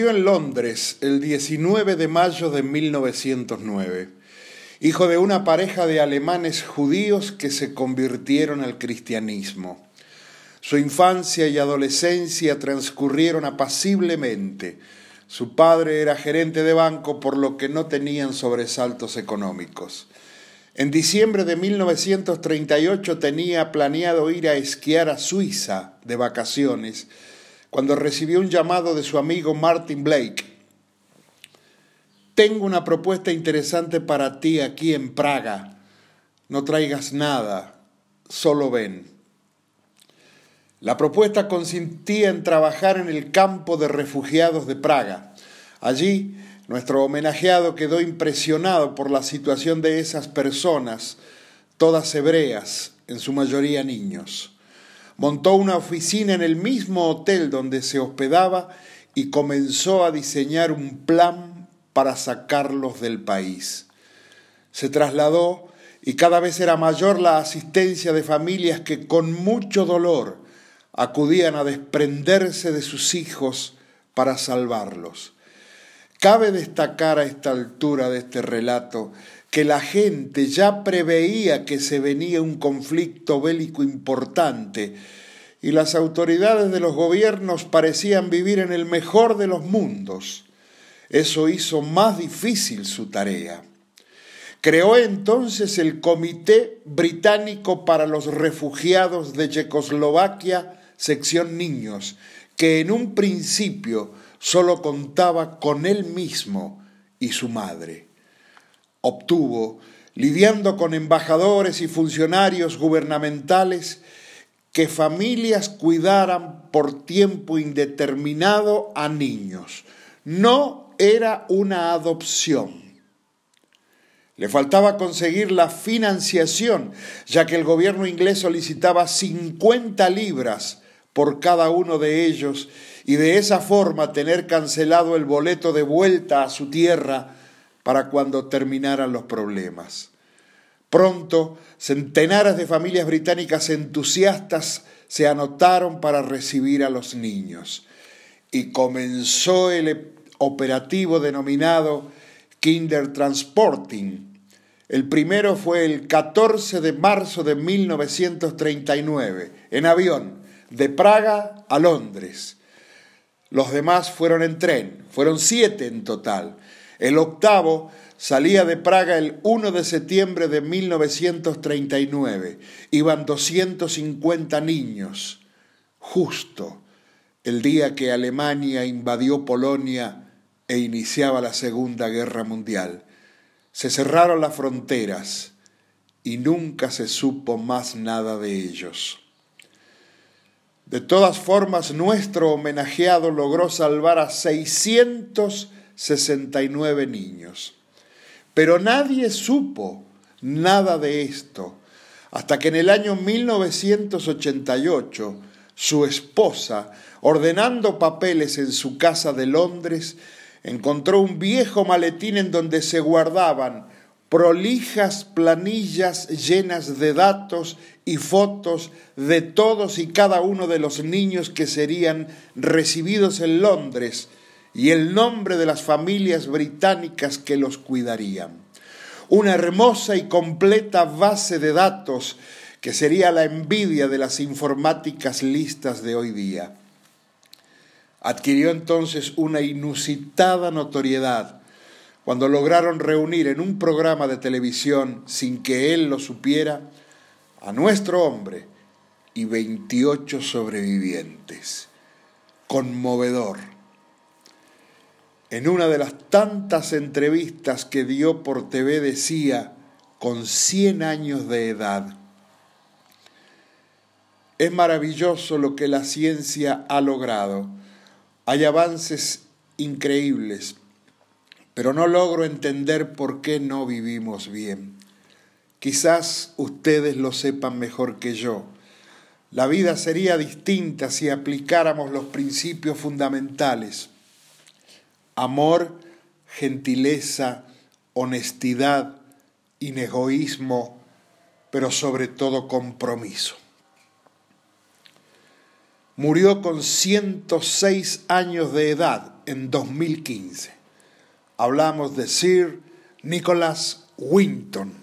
Nació en Londres el 19 de mayo de 1909, hijo de una pareja de alemanes judíos que se convirtieron al cristianismo. Su infancia y adolescencia transcurrieron apaciblemente. Su padre era gerente de banco, por lo que no tenían sobresaltos económicos. En diciembre de 1938 tenía planeado ir a esquiar a Suiza de vacaciones, cuando recibió un llamado de su amigo Martin Blake. Tengo una propuesta interesante para ti aquí en Praga. No traigas nada, solo ven. La propuesta consistía en trabajar en el campo de refugiados de Praga. Allí, nuestro homenajeado quedó impresionado por la situación de esas personas, todas hebreas, en su mayoría niños. Montó una oficina en el mismo hotel donde se hospedaba y comenzó a diseñar un plan para sacarlos del país. Se trasladó y cada vez era mayor la asistencia de familias que con mucho dolor acudían a desprenderse de sus hijos para salvarlos. Cabe destacar a esta altura de este relato que la gente ya preveía que se venía un conflicto bélico importante y las autoridades de los gobiernos parecían vivir en el mejor de los mundos. Eso hizo más difícil su tarea. Creó entonces el Comité Británico para los Refugiados de Checoslovaquia, sección niños, que en un principio solo contaba con él mismo y su madre. Obtuvo, lidiando con embajadores y funcionarios gubernamentales, que familias cuidaran por tiempo indeterminado a niños. No era una adopción. Le faltaba conseguir la financiación, ya que el gobierno inglés solicitaba 50 libras por cada uno de ellos y de esa forma tener cancelado el boleto de vuelta a su tierra para cuando terminaran los problemas. Pronto, centenares de familias británicas entusiastas se anotaron para recibir a los niños y comenzó el operativo denominado Kindertransporting. El primero fue el 14 de marzo de 1939, en avión, de Praga a Londres. Los demás fueron en tren, fueron 7 en total. El octavo salía de Praga el 1 de septiembre de 1939. Iban 250 niños, justo el día que Alemania invadió Polonia e iniciaba la Segunda Guerra Mundial. Se cerraron las fronteras y nunca se supo más nada de ellos. De todas formas, nuestro homenajeado logró salvar a 669 niños. Pero nadie supo nada de esto, hasta que en el año 1988, su esposa, ordenando papeles en su casa de Londres, encontró un viejo maletín en donde se guardaban prolijas planillas llenas de datos y fotos de todos y cada uno de los niños que serían recibidos en Londres y el nombre de las familias británicas que los cuidarían. Una hermosa y completa base de datos que sería la envidia de las informáticas listas de hoy día. Adquirió entonces una inusitada notoriedad cuando lograron reunir en un programa de televisión, sin que él lo supiera, a nuestro hombre y 28 sobrevivientes. Conmovedor. En una de las tantas entrevistas que dio por TV decía, con 100 años de edad: es maravilloso lo que la ciencia ha logrado. Hay avances increíbles, pero no logro entender por qué no vivimos bien. Quizás ustedes lo sepan mejor que yo. La vida sería distinta si aplicáramos los principios fundamentales: amor, gentileza, honestidad, inegoísmo, pero sobre todo compromiso. Murió con 106 años de edad en 2015. Hablamos de Sir Nicholas Winton.